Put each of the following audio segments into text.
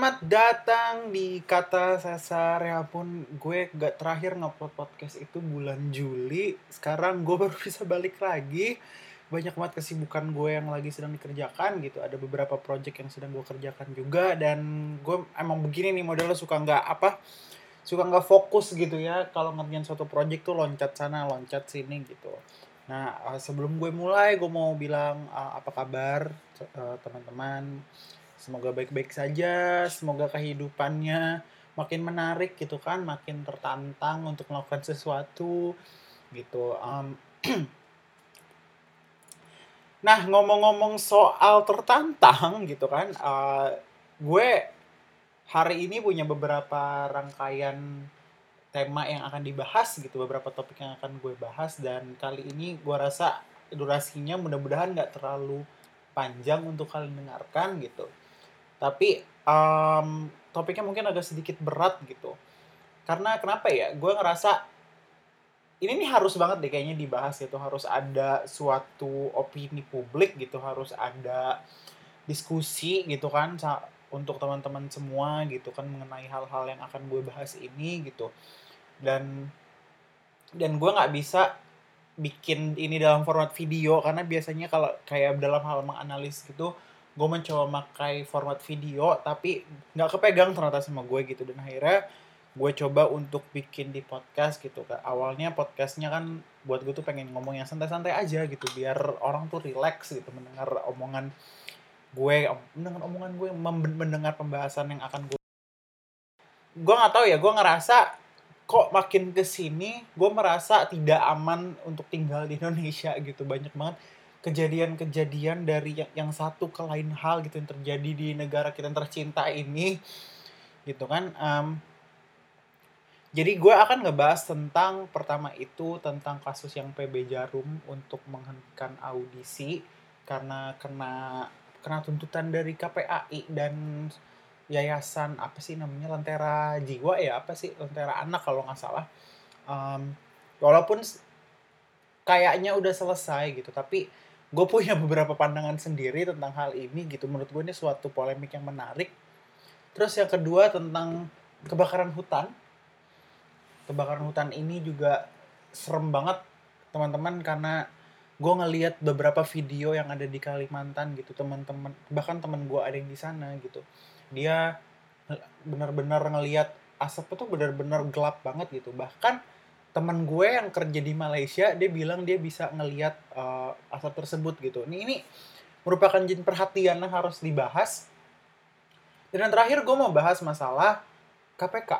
Selamat datang di Kata Sasar. Ya ampun, gue gak terakhir ngupload podcast itu bulan Juli. Sekarang gue baru bisa balik lagi. Banyak banget kesibukan gue yang lagi sedang dikerjakan gitu. Ada beberapa project yang sedang gue kerjakan juga. Dan gue emang begini nih modelnya suka nggak fokus gitu ya. Kalau ngerjain suatu project tuh loncat sana, loncat sini gitu. Nah, sebelum gue mulai, gue mau bilang apa kabar teman-teman. Semoga baik-baik saja, semoga kehidupannya makin menarik gitu kan, makin tertantang untuk melakukan sesuatu gitu. Nah, ngomong-ngomong soal tertantang gitu kan, gue hari ini punya beberapa rangkaian tema yang akan dibahas gitu, beberapa topik yang akan gue bahas, dan kali ini gue rasa durasinya mudah-mudahan nggak terlalu panjang untuk kalian dengarkan gitu. Tapi topiknya mungkin agak sedikit berat gitu. Karena kenapa ya? Gue ngerasa ini nih harus banget deh kayaknya dibahas gitu. Harus ada suatu opini publik gitu. Harus ada diskusi gitu kan untuk teman-teman semua gitu kan mengenai hal-hal yang akan gue bahas ini gitu. Dan gue nggak bisa bikin ini dalam format video karena biasanya kalau kayak dalam hal menganalisis gitu gue mencoba pakai format video tapi nggak kepegang ternyata sama gue gitu, dan akhirnya gue coba untuk bikin di podcast gitu kan. Awalnya podcastnya kan buat gue tuh pengen ngomong yang santai-santai aja gitu biar orang tuh relax gitu mendengar omongan gue, mendengar pembahasan yang akan gue nggak tahu ya, gue ngerasa kok makin kesini gue merasa tidak aman untuk tinggal di Indonesia gitu. Banyak banget kejadian-kejadian dari yang satu ke lain hal gitu yang terjadi di negara kita yang tercinta ini gitu kan. Jadi gue akan ngebahas tentang pertama itu tentang kasus yang PB Jarum untuk menghentikan audisi karena kena tuntutan dari KPAI dan yayasan apa sih namanya, Lentera Jiwa ya, apa sih, Lentera Anak kalau nggak salah. um, Walaupun kayaknya udah selesai gitu, tapi gue punya beberapa pandangan sendiri tentang hal ini gitu. Menurut gue ini suatu polemik yang menarik. Terus yang kedua tentang kebakaran hutan. Kebakaran hutan ini juga serem banget teman-teman, karena gue ngelihat beberapa video yang ada di Kalimantan gitu. Teman-teman, bahkan teman gue ada yang di sana gitu, dia benar-benar ngelihat asapnya tuh benar-benar gelap banget gitu. Bahkan teman gue yang kerja di Malaysia dia bilang dia bisa ngelihat asap tersebut gitu. Ini merupakan jadi perhatian yang harus dibahas. Dan yang terakhir gue mau bahas masalah KPK.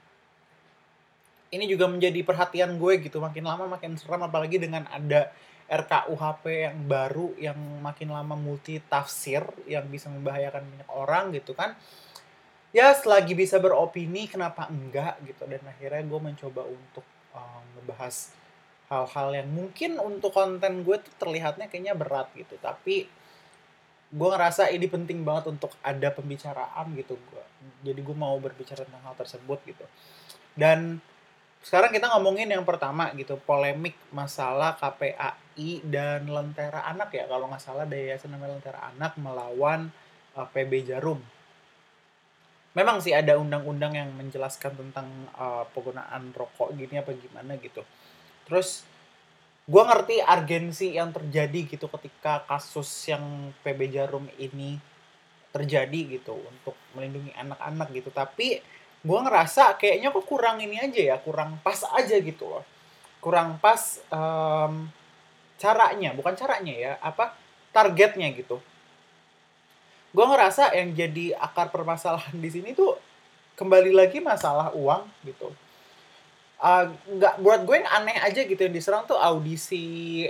Ini juga menjadi perhatian gue gitu, makin lama makin seram, apalagi dengan ada RKUHP yang baru yang makin lama multi tafsir yang bisa membahayakan banyak orang gitu kan. Ya selagi bisa beropini kenapa enggak gitu. Dan akhirnya gue mencoba untuk ngebahas hal-hal yang mungkin untuk konten gue tuh terlihatnya kayaknya berat gitu, tapi gue ngerasa ini penting banget untuk ada pembicaraan gitu. Jadi gue mau berbicara tentang hal tersebut gitu. Dan sekarang kita ngomongin yang pertama gitu, polemik masalah KPAI dan Lentera Anak ya, kalau nggak salah yayasan namanya Lentera Anak melawan PB Jarum. Memang sih ada undang-undang yang menjelaskan tentang penggunaan rokok gini apa gimana gitu. Terus gue ngerti urgensi yang terjadi gitu ketika kasus yang PB Jarum ini terjadi gitu untuk melindungi anak-anak gitu. Tapi gue ngerasa kayaknya kok kurang ini aja ya, kurang pas aja gitu loh. Kurang pas caranya, bukan caranya ya, targetnya gitu. Gue ngerasa yang jadi akar permasalahan di sini tuh kembali lagi masalah uang gitu. Nggak, buat gue yang aneh aja gitu yang diserang tuh audisi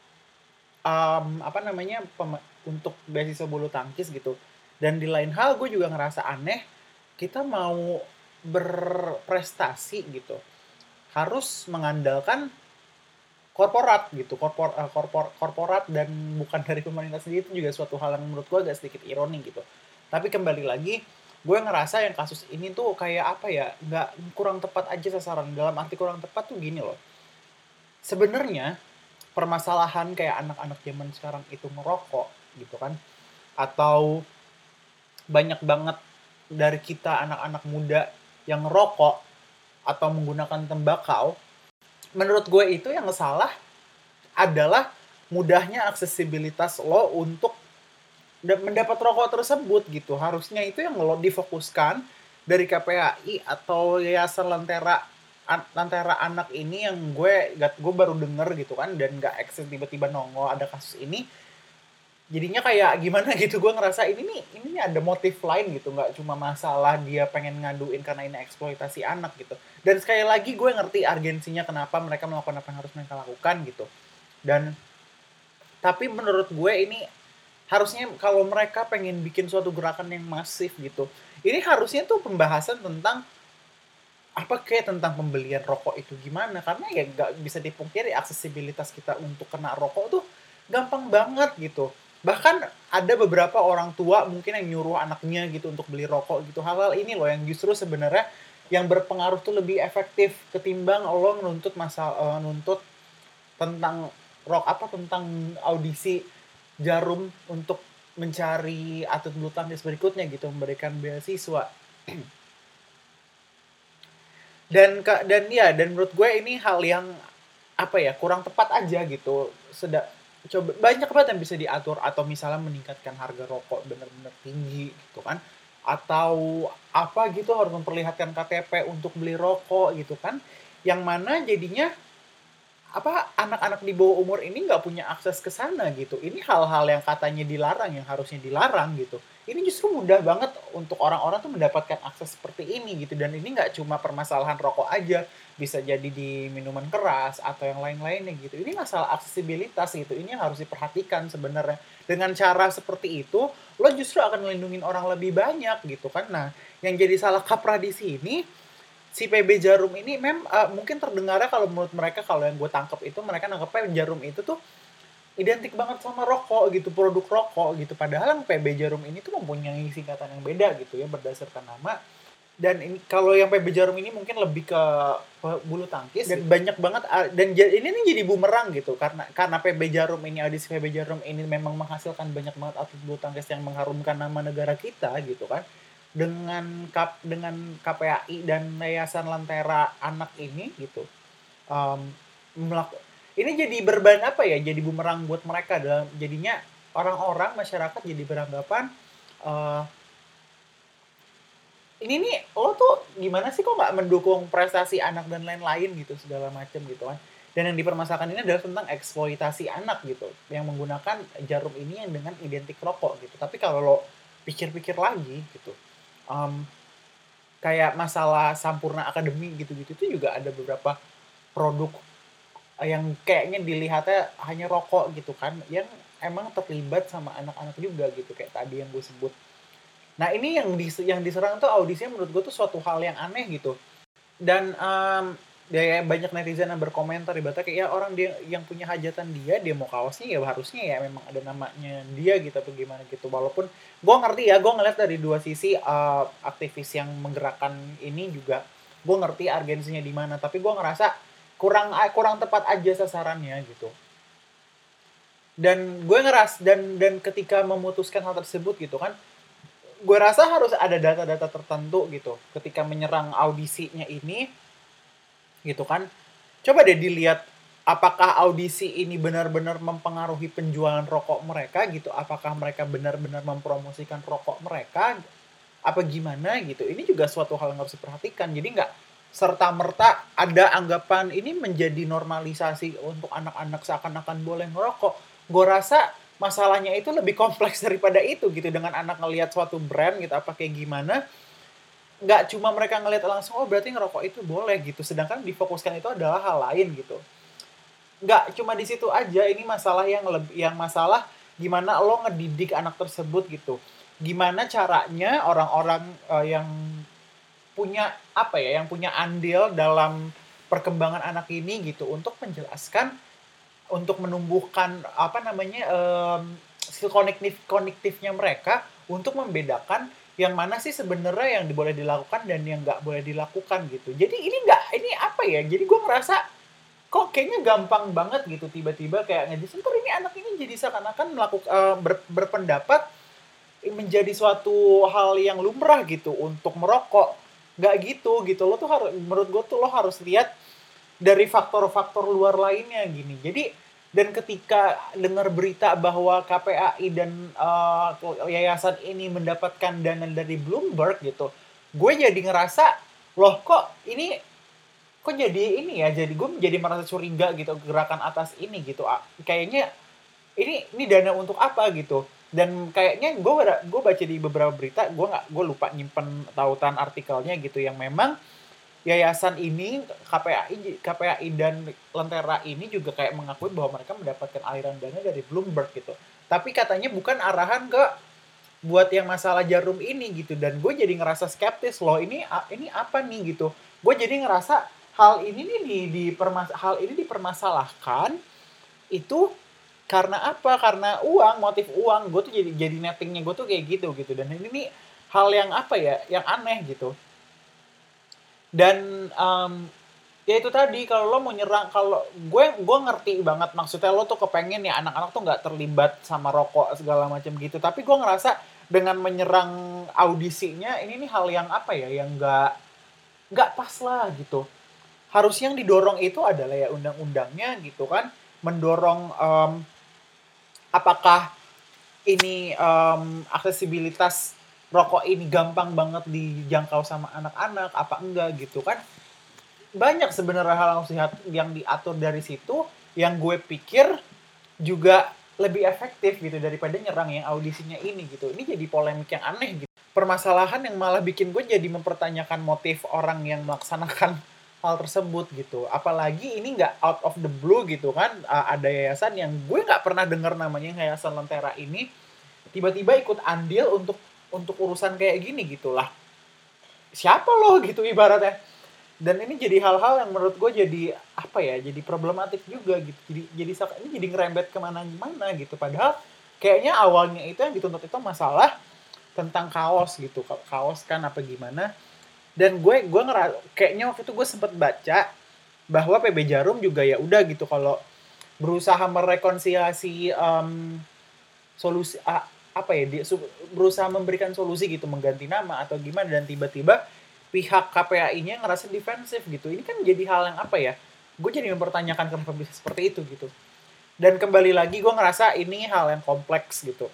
untuk beasiswa bulu tangkis gitu. Dan di lain hal gue juga ngerasa aneh, kita mau berprestasi gitu harus mengandalkan korporat gitu, korporat dan bukan dari pemerintah sendiri. Itu juga suatu hal yang menurut gue agak sedikit ironi gitu. Tapi kembali lagi, gue ngerasa yang kasus ini tuh kayak apa ya, nggak, kurang tepat aja sasaran. Dalam arti kurang tepat tuh gini loh, sebenarnya permasalahan kayak anak-anak zaman sekarang itu merokok gitu kan, atau banyak banget dari kita anak-anak muda yang ngerokok atau menggunakan tembakau, menurut gue itu yang salah adalah mudahnya aksesibilitas lo untuk mendapat rokok tersebut gitu. Harusnya itu yang lo difokuskan dari KPAI atau Yayasan Lentera Anak ini, yang gue baru denger gitu kan, dan nggak eksis tiba-tiba nongol ada kasus ini. Jadinya kayak gimana gitu, gue ngerasa ini ada motif lain gitu, nggak cuma masalah dia pengen ngaduin karena ini eksploitasi anak gitu. Dan sekali lagi gue ngerti urgensinya kenapa mereka melakukan apa yang harus mereka lakukan gitu. Dan tapi menurut gue ini harusnya kalau mereka pengen bikin suatu gerakan yang masif gitu, ini harusnya tuh pembahasan tentang apa kayak tentang pembelian rokok itu gimana, karena ya nggak bisa dipungkiri aksesibilitas kita untuk kena rokok tuh gampang banget gitu. Bahkan ada beberapa orang tua mungkin yang nyuruh anaknya gitu untuk beli rokok gitu. Hal-hal ini loh yang justru sebenarnya yang berpengaruh tuh lebih efektif ketimbang lo nuntut tentang tentang audisi Jarum untuk mencari atlet bulu tangkis berikutnya gitu, memberikan beasiswa. Dan menurut gue ini hal yang apa ya, kurang tepat aja gitu. Coba banyak banget yang bisa diatur, atau misalnya meningkatkan harga rokok bener-bener tinggi gitu kan, atau apa gitu, harus memperlihatkan KTP untuk beli rokok gitu kan, yang mana jadinya apa anak-anak di bawah umur ini nggak punya akses ke sana gitu. Ini hal-hal yang katanya dilarang, yang harusnya dilarang gitu. Ini justru mudah banget untuk orang-orang tuh mendapatkan akses seperti ini gitu. Dan ini nggak cuma permasalahan rokok aja, bisa jadi di minuman keras atau yang lain-lainnya gitu. Ini masalah aksesibilitas gitu. Ini yang harus diperhatikan sebenarnya. Dengan cara seperti itu, lo justru akan melindungi orang lebih banyak gitu kan. Nah, yang jadi salah kaprah di sini, si PB Jarum ini mungkin terdengarnya, kalau menurut mereka, kalau yang gue tangkap itu, mereka nangkepnya Jarum itu tuh identik banget sama rokok gitu, produk rokok gitu. Padahal yang PB Jarum ini tuh mempunyai singkatan yang beda gitu ya, berdasarkan nama. Dan ini kalau yang PB Jarum ini mungkin lebih ke bulu tangkis, dan banyak banget, dan ini nih jadi bumerang gitu, karena PB Jarum ini, audisi PB Jarum ini memang menghasilkan banyak banget atlet bulu tangkis yang mengharumkan nama negara kita gitu kan. Dengan KPAI dan Yayasan Lentera Anak ini gitu, um, ini jadi beban apa ya, jadi bumerang buat mereka. Dalam jadinya orang-orang masyarakat jadi beranggapan uh, ini nih lo tuh gimana sih, kok nggak mendukung prestasi anak dan lain-lain gitu, segala macam gitu kan. Dan yang dipermasalahkan ini adalah tentang eksploitasi anak gitu, yang menggunakan jarum ini yang dengan identik rokok gitu. Tapi kalau lo pikir-pikir lagi gitu, um, kayak masalah Sampurna Academy gitu-gitu itu juga ada beberapa produk yang kayaknya dilihatnya hanya rokok gitu kan, yang emang terlibat sama anak-anak juga gitu, kayak tadi yang gue sebut. Nah ini yang diserang tuh audisinya, menurut gue tuh suatu hal yang aneh gitu. Dan ya banyak netizen yang berkomentar ibaratnya kayak, ya orang dia yang punya hajatan, dia mau kaosnya ya harusnya ya memang ada namanya dia gitu atau gimana gitu. Walaupun gue ngerti ya, gue ngeliat dari dua sisi, aktivis yang menggerakkan ini juga gue ngerti urgensinya di mana, tapi gue ngerasa kurang tepat aja sasarannya gitu. Dan gue dan ketika memutuskan hal tersebut gitu kan, gue rasa harus ada data-data tertentu gitu ketika menyerang audisinya ini gitu kan. Coba deh dilihat apakah audisi ini benar-benar mempengaruhi penjualan rokok mereka gitu, apakah mereka benar-benar mempromosikan rokok mereka apa gimana gitu. Ini juga suatu hal yang harus diperhatikan. Jadi nggak serta-merta ada anggapan ini menjadi normalisasi untuk anak-anak seakan-akan boleh ngerokok. Gue rasa masalahnya itu lebih kompleks daripada itu gitu. Dengan anak ngelihat suatu brand gitu apa kayak gimana, nggak cuma mereka ngelihat langsung, oh berarti ngerokok itu boleh gitu, sedangkan difokuskan itu adalah hal lain gitu. Nggak cuma di situ aja, ini masalah yang masalah gimana lo ngedidik anak tersebut gitu, gimana caranya orang-orang yang punya apa ya, yang punya andil dalam perkembangan anak ini gitu, untuk menjelaskan, untuk menumbuhkan apa namanya, skill kognitifnya mereka untuk membedakan yang mana sih sebenarnya yang boleh dilakukan dan yang nggak boleh dilakukan gitu. Jadi ini apa ya, jadi gue ngerasa kok kayaknya gampang banget gitu tiba-tiba kayak ngedisentur ini anak ini jadi seakan-akan berpendapat menjadi suatu hal yang lumrah gitu untuk merokok. Nggak gitu. Lo tuh harus, menurut gue tuh lo harus lihat dari faktor-faktor luar lainnya gini. Jadi, dan ketika dengar berita bahwa KPAI dan yayasan ini mendapatkan dana dari Bloomberg gitu, gue jadi ngerasa, loh kok jadi ini ya, jadi gue menjadi merasa curiga gitu gerakan atas ini gitu. Kayaknya ini dana untuk apa gitu. Dan kayaknya gue baca di beberapa berita, gue lupa nyimpen tautan artikelnya gitu, yang memang yayasan ini, KPAI dan Lentera ini juga kayak mengakui bahwa mereka mendapatkan aliran dana dari Bloomberg gitu. Tapi katanya bukan arahan ke buat yang masalah jarum ini gitu. Dan gue jadi ngerasa skeptis loh, ini apa nih gitu. Gue jadi ngerasa hal ini dipermasalahkan itu karena apa? Karena uang, motif uang. Gue tuh jadi nettingnya gue tuh kayak gitu. Dan ini nih hal yang apa ya, yang aneh gitu. Dan ya itu tadi, kalau lo mau nyerang, kalau gue ngerti banget maksudnya lo tuh kepengen ya anak-anak tuh nggak terlibat sama rokok segala macam gitu. Tapi gue ngerasa dengan menyerang audisinya ini nih hal yang apa ya, yang nggak pas lah gitu. Harusnya yang didorong itu adalah ya undang-undangnya gitu kan, mendorong apakah ini aksesibilitas rokok ini gampang banget dijangkau sama anak-anak apa enggak gitu kan. Banyak sebenarnya hal yang diatur dari situ yang gue pikir juga lebih efektif gitu daripada nyerang yang audisinya ini gitu. Ini jadi polemik yang aneh gitu. Permasalahan yang malah bikin gue jadi mempertanyakan motif orang yang melaksanakan hal tersebut gitu. Apalagi ini nggak out of the blue gitu kan. Ada yayasan yang gue nggak pernah dengar namanya, Yayasan Lentera ini tiba-tiba ikut andil untuk urusan kayak gini gitulah. Siapa lo gitu ibaratnya. Dan ini jadi hal-hal yang menurut gue jadi apa ya, jadi problematik juga gitu. Ini jadi ngerembet kemana-mana gitu. Padahal kayaknya awalnya itu yang dituntut itu masalah tentang kaos gitu, kaos kan apa gimana. Dan gue kayaknya waktu itu gue sempet baca bahwa PB Jarum juga ya udah gitu, kalau berusaha merekonsiliasi solusi apa ya, dia berusaha memberikan solusi gitu, mengganti nama atau gimana, dan tiba-tiba pihak KPAI-nya ngerasa defensif gitu. Ini kan jadi hal yang apa ya, gue jadi mempertanyakan kenapa bisa seperti itu gitu. Dan kembali lagi gue ngerasa ini hal yang kompleks gitu,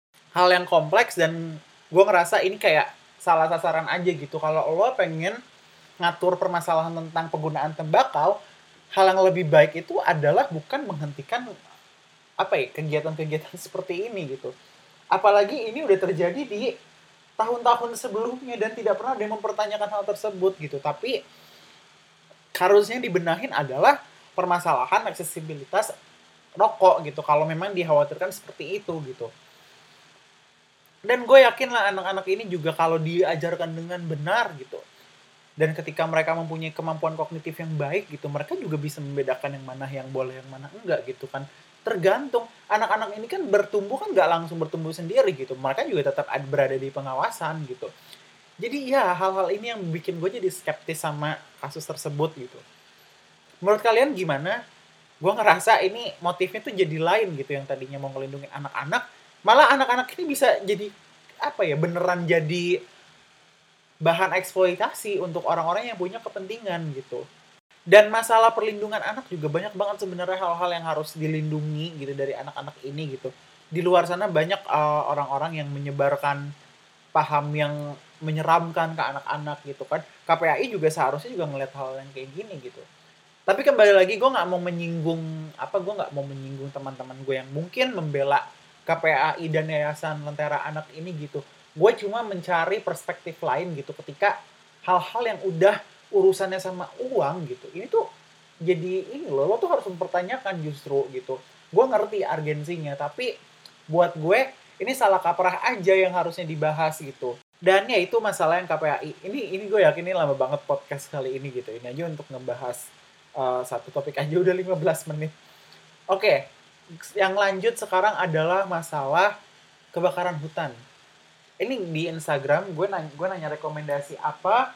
dan gue ngerasa ini kayak salah sasaran aja gitu. Kalau lo pengen ngatur permasalahan tentang penggunaan tembakau, hal yang lebih baik itu adalah bukan menghentikan apa ya, kegiatan-kegiatan seperti ini gitu. Apalagi ini udah terjadi di tahun-tahun sebelumnya dan tidak pernah ada yang mempertanyakan hal tersebut gitu. Tapi harusnya dibenahin adalah permasalahan aksesibilitas rokok gitu, kalau memang dikhawatirkan seperti itu gitu. Dan gue yakin lah anak-anak ini juga kalau diajarkan dengan benar gitu, dan ketika mereka mempunyai kemampuan kognitif yang baik gitu, mereka juga bisa membedakan yang mana yang boleh, yang mana enggak gitu kan. Tergantung, anak-anak ini kan bertumbuh kan nggak langsung bertumbuh sendiri gitu, mereka juga tetap berada di pengawasan gitu. Jadi ya hal-hal ini yang bikin gue jadi skeptis sama kasus tersebut gitu. Menurut kalian gimana? Gue ngerasa ini motifnya tuh jadi lain gitu, yang tadinya mau ngelindungin anak-anak, malah anak-anak ini bisa jadi apa ya, beneran jadi bahan eksploitasi untuk orang-orang yang punya kepentingan gitu. Dan masalah perlindungan anak juga banyak banget sebenarnya hal-hal yang harus dilindungi gitu dari anak-anak ini gitu. Di luar sana banyak orang-orang yang menyebarkan paham yang menyeramkan ke anak-anak gitu kan. KPAI juga seharusnya juga ngeliat hal yang kayak gini gitu. Tapi kembali lagi, gue nggak mau menyinggung teman-teman gue yang mungkin membela KPAI dan Yayasan Lentera Anak ini gitu. Gue cuma mencari perspektif lain gitu ketika hal-hal yang udah urusannya sama uang gitu. Ini tuh jadi ini lo tuh harus mempertanyakan justru gitu. Gue ngerti urgensinya, tapi buat gue ini salah kaprah aja yang harusnya dibahas gitu. Dan ya itu masalah yang KPAI. Ini gue yakin ini lama banget podcast kali ini gitu. Ini aja untuk ngebahas satu topik aja udah 15 menit. Oke, yang lanjut sekarang adalah masalah kebakaran hutan. Ini di Instagram gue nanya rekomendasi apa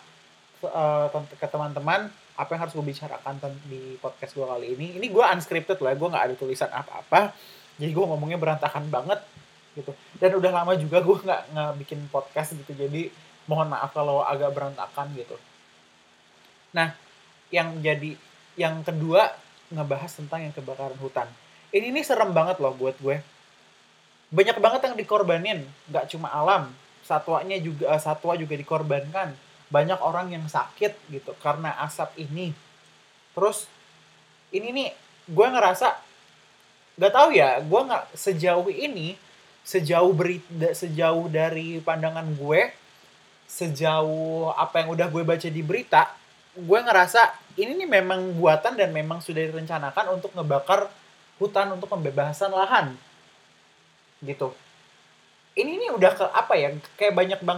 ke teman-teman, apa yang harus gue bicarakan di podcast gue kali ini. Ini gue unscripted lah, gue nggak ada tulisan apa-apa, jadi gue ngomongnya berantakan banget. gitu. Dan udah lama juga gue nggak bikin podcast gitu, jadi mohon maaf kalau agak berantakan gitu. Nah, yang kedua ngebahas tentang yang kebakaran hutan. Ini serem banget loh buat gue. Banyak banget yang dikorbanin, nggak cuma alam, satwa juga dikorbankan. Banyak orang yang sakit gitu karena asap ini. Terus ini nih gue ngerasa nggak tahu ya, gue nggak sejauh ini, sejauh dari pandangan gue, sejauh apa yang udah gue baca di berita, gue ngerasa ini nih memang buatan dan memang sudah direncanakan untuk ngebakar hutan untuk pembebasan lahan gitu. Ini nih udah ke apa ya, kayak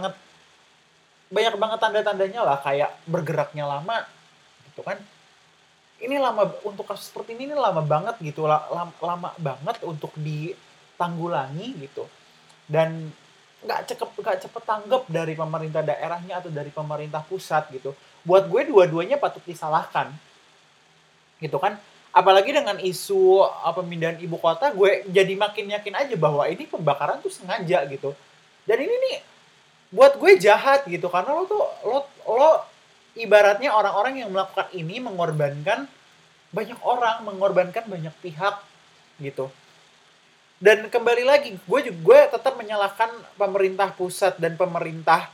banyak banget tanda-tandanya lah, kayak bergeraknya lama gitu kan. Ini lama untuk kasus seperti ini lama banget gitu, lama banget untuk ditanggulangi gitu. Dan nggak cepet tanggap dari pemerintah daerahnya atau dari pemerintah pusat gitu. Buat gue dua-duanya patut disalahkan gitu kan. Apalagi dengan isu pemindahan ibu kota, gue jadi makin yakin aja bahwa ini pembakaran tuh sengaja gitu. Dan ini nih buat gue jahat gitu, karena lo ibaratnya orang-orang yang melakukan ini mengorbankan banyak orang, mengorbankan banyak pihak gitu. Dan kembali lagi, gue tetap menyalahkan pemerintah pusat dan pemerintah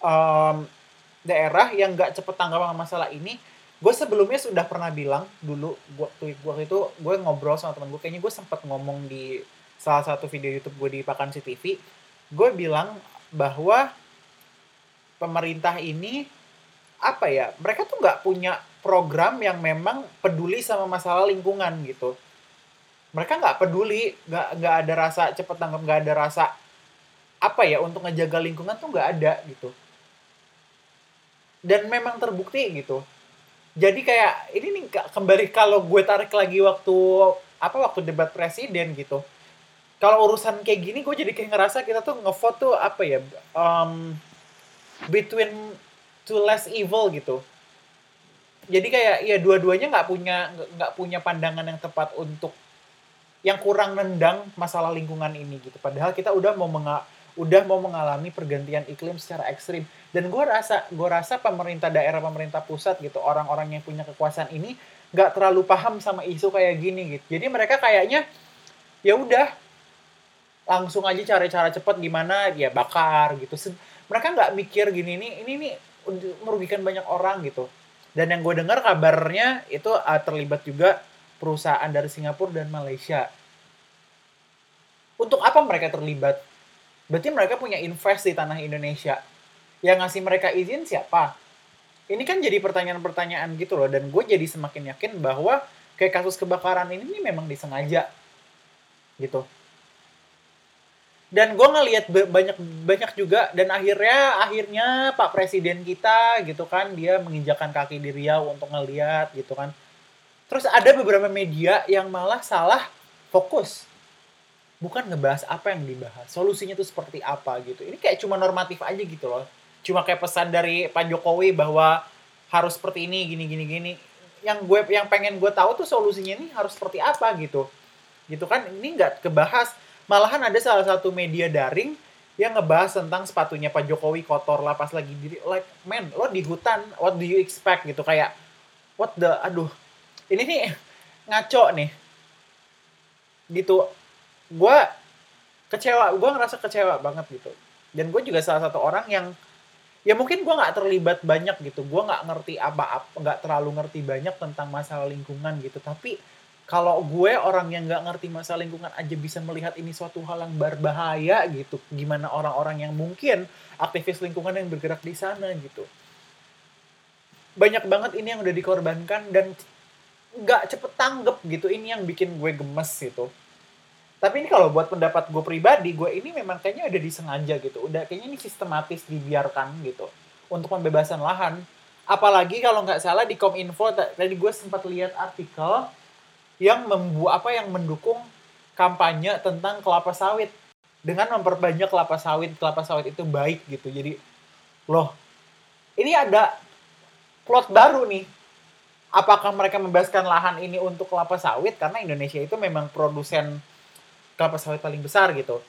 daerah yang nggak cepet tanggap sama masalah ini. Gue sebelumnya sudah pernah bilang dulu, gue itu gue ngobrol sama temen gue, kayaknya gue sempat ngomong di salah satu video YouTube gue di Pakansi TV. Gue bilang bahwa pemerintah ini apa ya, mereka tuh nggak punya program yang memang peduli sama masalah lingkungan gitu. Mereka nggak peduli, nggak ada rasa cepet tanggap, nggak ada rasa apa ya untuk ngejaga lingkungan tuh nggak ada gitu. Dan memang terbukti gitu. Jadi kayak ini nih kembali, kalau gue tarik lagi waktu debat presiden gitu. Kalau urusan kayak gini gue jadi kayak ngerasa kita tuh ngevote tuh apa ya, between two less evil gitu. Jadi kayak ya dua-duanya nggak punya pandangan yang tepat untuk yang kurang nendang masalah lingkungan ini gitu. Padahal kita udah mau mengalami pergantian iklim secara ekstrim. Dan gue rasa pemerintah daerah, pemerintah pusat gitu, orang-orang yang punya kekuasaan ini nggak terlalu paham sama isu kayak gini gitu. Jadi mereka kayaknya ya udah langsung aja cari cara cepat gimana ya bakar gitu. Mereka nggak mikir gini nih, ini nih merugikan banyak orang gitu. Dan yang gue dengar kabarnya itu terlibat juga perusahaan dari Singapura dan Malaysia. Untuk apa mereka terlibat? Berarti mereka punya invest di tanah Indonesia. Yang ngasih mereka izin siapa? Ini kan jadi pertanyaan-pertanyaan gitu loh. Dan gue jadi semakin yakin bahwa kayak kasus kebakaran ini memang disengaja gitu. Dan gue ngelihat banyak juga, dan akhirnya Pak Presiden kita gitu kan, dia menginjakan kaki di Riau untuk ngeliat gitu kan. Terus ada beberapa media yang malah salah fokus, bukan ngebahas apa yang dibahas, solusinya tuh seperti apa gitu. Ini kayak cuma normatif aja gitu loh, cuma kayak pesan dari Pak Jokowi bahwa harus seperti ini, gini. Yang pengen gue tahu tuh solusinya ini harus seperti apa gitu kan. Ini nggak kebahas. Malahan ada salah satu media daring yang ngebahas tentang sepatunya Pak Jokowi kotor lah pas lagi diri. Like, man, lo di hutan, what do you expect gitu. Kayak, aduh, ini nih ngaco nih. Gitu. Gue ngerasa kecewa banget gitu. Dan gue juga salah satu orang yang, ya mungkin gue nggak terlibat banyak gitu. Gue nggak ngerti nggak terlalu ngerti banyak tentang masalah lingkungan gitu. Tapi kalau gue orang yang nggak ngerti masalah lingkungan aja bisa melihat ini suatu hal yang berbahaya gitu. Gimana orang-orang yang mungkin aktivis lingkungan yang bergerak di sana gitu. Banyak banget ini yang udah dikorbankan dan nggak cepet tanggep gitu. Ini yang bikin gue gemes gitu. Tapi ini kalau buat pendapat gue pribadi, gue ini memang kayaknya udah disengaja gitu. Udah kayaknya ini sistematis dibiarkan gitu. Untuk pembebasan lahan. Apalagi kalau nggak salah di Kominfo, tadi gue sempat lihat artikel yang mendukung kampanye tentang kelapa sawit dengan memperbanyak kelapa sawit itu baik gitu. Jadi loh, ini ada plot baru nih. Apakah mereka membebaskan lahan ini untuk kelapa sawit karena Indonesia itu memang produsen kelapa sawit paling besar gitu.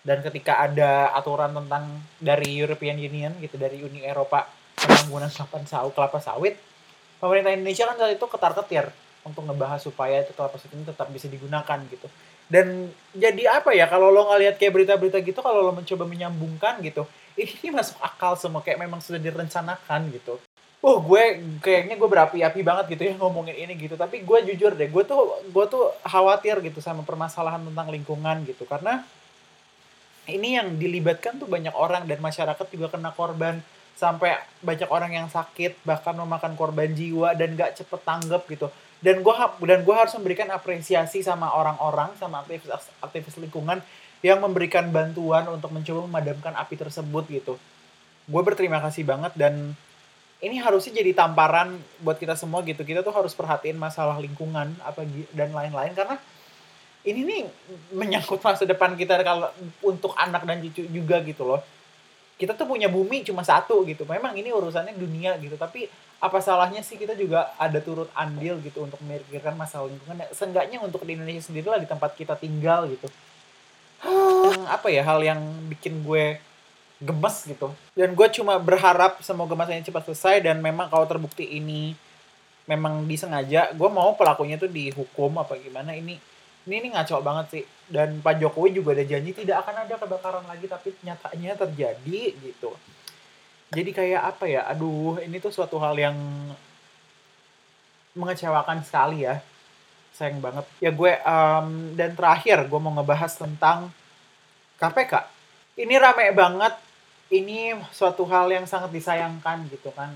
Dan ketika ada aturan tentang dari European Union gitu, dari Uni Eropa tentang penggunaan kelapa sawit, pemerintah Indonesia kan saat itu ketar-ketir untuk ngebahas supaya itu kelapa sawit ini tetap bisa digunakan gitu. Dan jadi apa ya, kalau lo ngeliat kayak berita-berita gitu, kalau lo mencoba menyambungkan gitu, ini masuk akal semua, kayak memang sudah direncanakan gitu. Gue kayaknya gue berapi-api banget gitu ya ngomongin ini gitu. Tapi gue jujur deh, gue tuh khawatir gitu sama permasalahan tentang lingkungan gitu. Karena ini yang dilibatkan tuh banyak orang dan masyarakat juga kena korban, sampai banyak orang yang sakit bahkan memakan korban jiwa dan gak cepet tanggap gitu. Dan gue harus memberikan apresiasi sama orang-orang, sama aktivis aktivis lingkungan yang memberikan bantuan untuk mencoba memadamkan api tersebut gitu. Gue berterima kasih banget, dan ini harusnya jadi tamparan buat kita semua gitu. Kita tuh harus perhatiin masalah lingkungan dan lain-lain, karena ini nih menyangkut masa depan kita kalau untuk anak dan cucu juga gitu loh. Kita tuh punya bumi cuma satu gitu. Memang ini urusannya dunia gitu, tapi apa salahnya sih kita juga ada turut andil gitu untuk memikirkan masalah lingkungan. Seenggaknya untuk di Indonesia sendiri lah, di tempat kita tinggal gitu. Apa ya, hal yang bikin gue gemes gitu. Dan gue cuma berharap semoga masanya cepat selesai, dan memang kalau terbukti ini memang disengaja, gue mau pelakunya tuh dihukum apa gimana. Ini ngaco banget sih. Dan Pak Jokowi juga ada janji tidak akan ada kebakaran lagi, tapi nyatanya terjadi gitu. Jadi kayak apa ya, aduh, ini tuh suatu hal yang mengecewakan sekali ya. Sayang banget. Ya gue, dan terakhir gue mau ngebahas tentang KPK. Ini rame banget. Ini suatu hal yang sangat disayangkan gitu kan.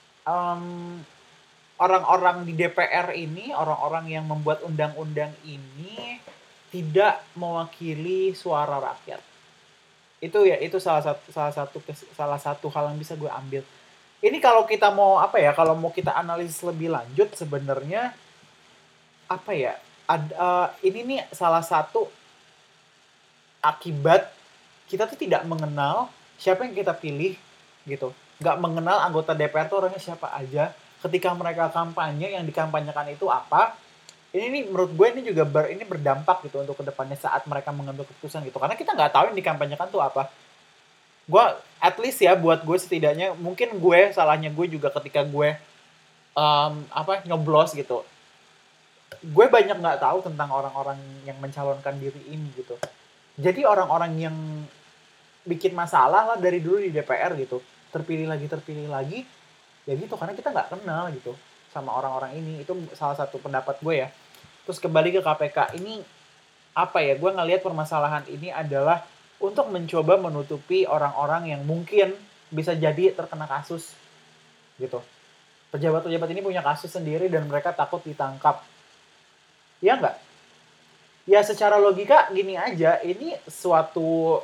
Orang-orang di DPR ini, orang-orang yang membuat undang-undang ini tidak mewakili suara rakyat. Itu salah satu hal yang bisa gue ambil. Ini kalau kita mau kalau mau kita analisis lebih lanjut, sebenarnya ini nih salah satu akibat kita tuh tidak mengenal siapa yang kita pilih gitu. Nggak mengenal anggota DPR tuh orangnya siapa aja. Ketika mereka kampanye, yang dikampanyekan itu apa. Ini nih menurut gue ini juga berdampak gitu untuk kedepannya saat mereka mengambil keputusan gitu. Karena kita nggak tahu yang dikampanyekan tuh apa. Gue at least ya, buat gue setidaknya, mungkin salahnya gue juga ketika gue nyoblos gitu. Gue banyak nggak tahu tentang orang-orang yang mencalonkan diri ini gitu. Jadi orang-orang yang bikin masalah lah dari dulu di DPR gitu, terpilih lagi, ya gitu, karena kita nggak kenal gitu sama orang-orang ini. Itu salah satu pendapat gue ya. Terus kembali ke KPK ini, gue ngelihat permasalahan ini adalah untuk mencoba menutupi orang-orang yang mungkin bisa jadi terkena kasus gitu. Pejabat-pejabat ini punya kasus sendiri dan mereka takut ditangkap. Ya nggak? Ya secara logika gini aja, ini suatu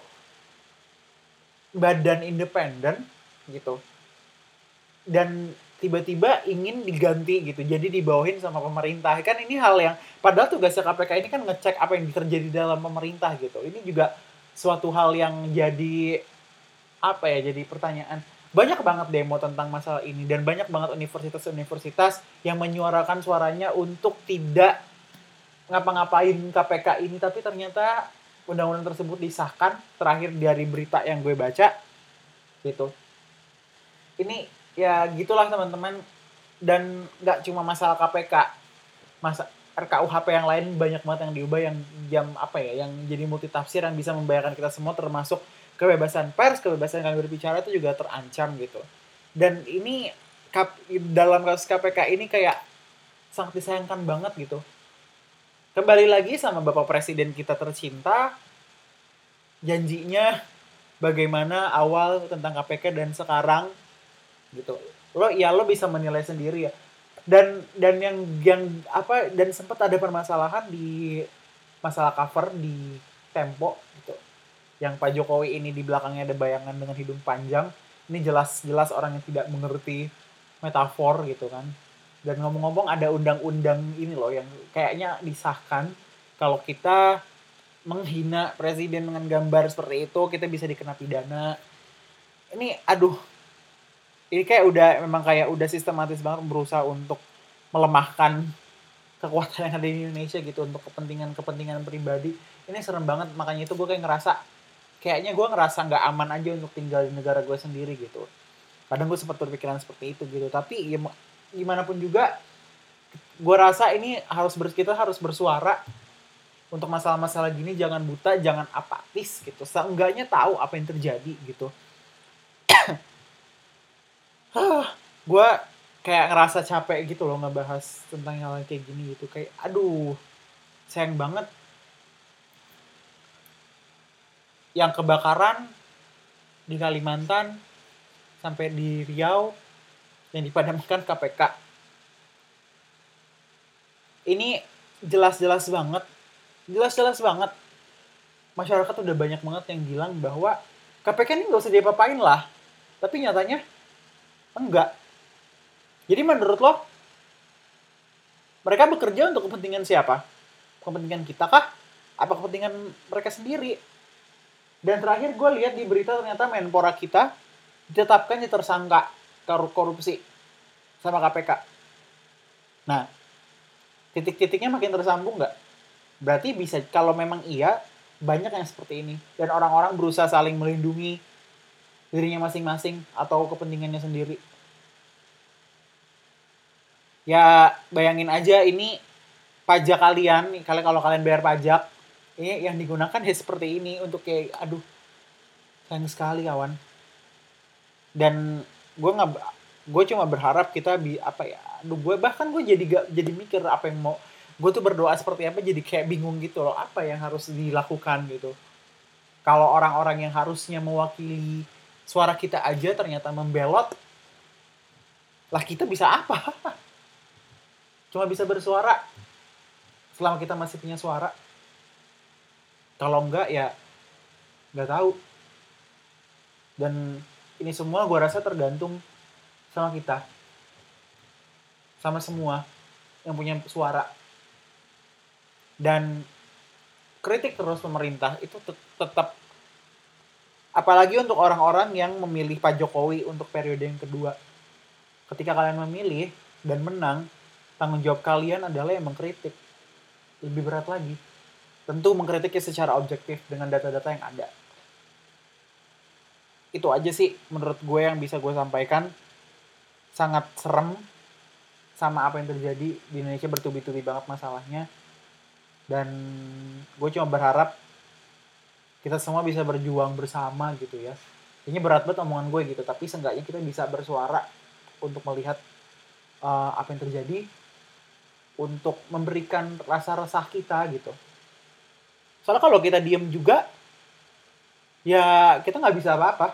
badan independen gitu. Dan tiba-tiba ingin diganti gitu, jadi dibawahin sama pemerintah. Kan ini hal yang, padahal tugasnya KPK ini kan ngecek apa yang terjadi dalam pemerintah gitu. Ini juga suatu hal yang jadi jadi pertanyaan. Banyak banget demo tentang masalah ini, dan banyak banget universitas-universitas yang menyuarakan suaranya untuk tidak ngapa-ngapain KPK ini, tapi ternyata undang-undang tersebut disahkan terakhir dari berita yang gue baca gitu. Ini ya gitulah teman-teman, dan nggak cuma masalah KPK, RKUHP yang lain banyak banget yang diubah, yang jadi multitafsir, yang bisa membahayakan kita semua, termasuk kebebasan pers, kebebasan kami berbicara itu juga terancam gitu. Dan ini dalam kasus KPK ini kayak sangat disayangkan banget gitu. Kembali lagi sama Bapak Presiden kita tercinta, janjinya bagaimana awal tentang KPK dan sekarang gitu. Lo bisa menilai sendiri ya. Dan dan sempat ada permasalahan di masalah cover di Tempo gitu. Yang Pak Jokowi ini di belakangnya ada bayangan dengan hidung panjang. Ini jelas orang yang tidak mengerti metafor gitu kan. Dan ngomong-ngomong, ada undang-undang ini loh yang kayaknya disahkan, kalau kita menghina presiden dengan gambar seperti itu, kita bisa dikena pidana. Ini kayak udah sistematis banget berusaha untuk melemahkan kekuatan yang ada di Indonesia gitu untuk kepentingan pribadi. Ini serem banget, makanya itu gue kayak ngerasa kayaknya gue ngerasa nggak aman aja untuk tinggal di negara gue sendiri gitu. Kadang gue sempat berpikiran seperti itu gitu, tapi ya gimana pun juga gue rasa ini kita harus bersuara untuk masalah-masalah gini. Jangan buta, jangan apatis gitu, seenggaknya tahu apa yang terjadi gitu. Gue kayak ngerasa capek gitu loh ngebahas tentang hal kayak gini gitu, kayak aduh sayang banget yang kebakaran di Kalimantan sampai di Riau yang dipadamkan KPK. Ini jelas-jelas banget masyarakat udah banyak banget yang bilang bahwa KPK ini nggak usah diapa-apain lah, tapi nyatanya enggak. Jadi menurut lo mereka bekerja untuk kepentingan siapa? Kepentingan kita kah? Apa kepentingan mereka sendiri? Dan terakhir gue lihat di berita ternyata Menpora kita ditetapkan tersangka korupsi sama KPK. Nah, titik-titiknya makin tersambung nggak? Berarti bisa, kalau memang iya, banyak yang seperti ini. Dan orang-orang berusaha saling melindungi dirinya masing-masing atau kepentingannya sendiri. Ya, bayangin aja ini pajak kalian, kalau kalian bayar pajak, ini yang digunakan ya seperti ini untuk kayak, aduh, sayang sekali kawan. Dan gue cuma berharap kita gue jadi mikir apa yang mau, gue tuh berdoa seperti apa, jadi kayak bingung gitu loh, apa yang harus dilakukan gitu. Kalau orang-orang yang harusnya mewakili suara kita aja ternyata membelot, lah kita bisa apa? Cuma bisa bersuara selama kita masih punya suara. Kalau enggak ya nggak tahu. Dan ini semua gue rasa tergantung sama kita, sama semua yang punya suara. Dan kritik terus pemerintah itu tetap, apalagi untuk orang-orang yang memilih Pak Jokowi untuk periode yang kedua. Ketika kalian memilih dan menang, tanggung jawab kalian adalah yang mengkritik. Lebih berat lagi. Tentu mengkritiknya secara objektif dengan data-data yang ada. Itu aja sih menurut gue yang bisa gue sampaikan. Sangat serem sama apa yang terjadi di Indonesia, bertubi-tubi banget masalahnya. Dan gue cuma berharap kita semua bisa berjuang bersama gitu ya. Ini berat banget omongan gue gitu, tapi seenggaknya kita bisa bersuara untuk melihat apa yang terjadi, untuk memberikan rasa resah kita gitu. Soalnya kalau kita diem juga, ya kita nggak bisa apa-apa.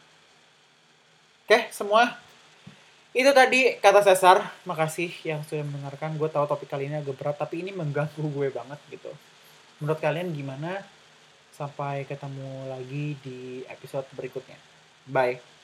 Oke, semua. Itu tadi kata Cesar. Makasih yang sudah mendengarkan. Gue tahu topik kali ini agak berat, tapi ini mengganggu gue banget gitu. Menurut kalian gimana? Sampai ketemu lagi di episode berikutnya. Bye.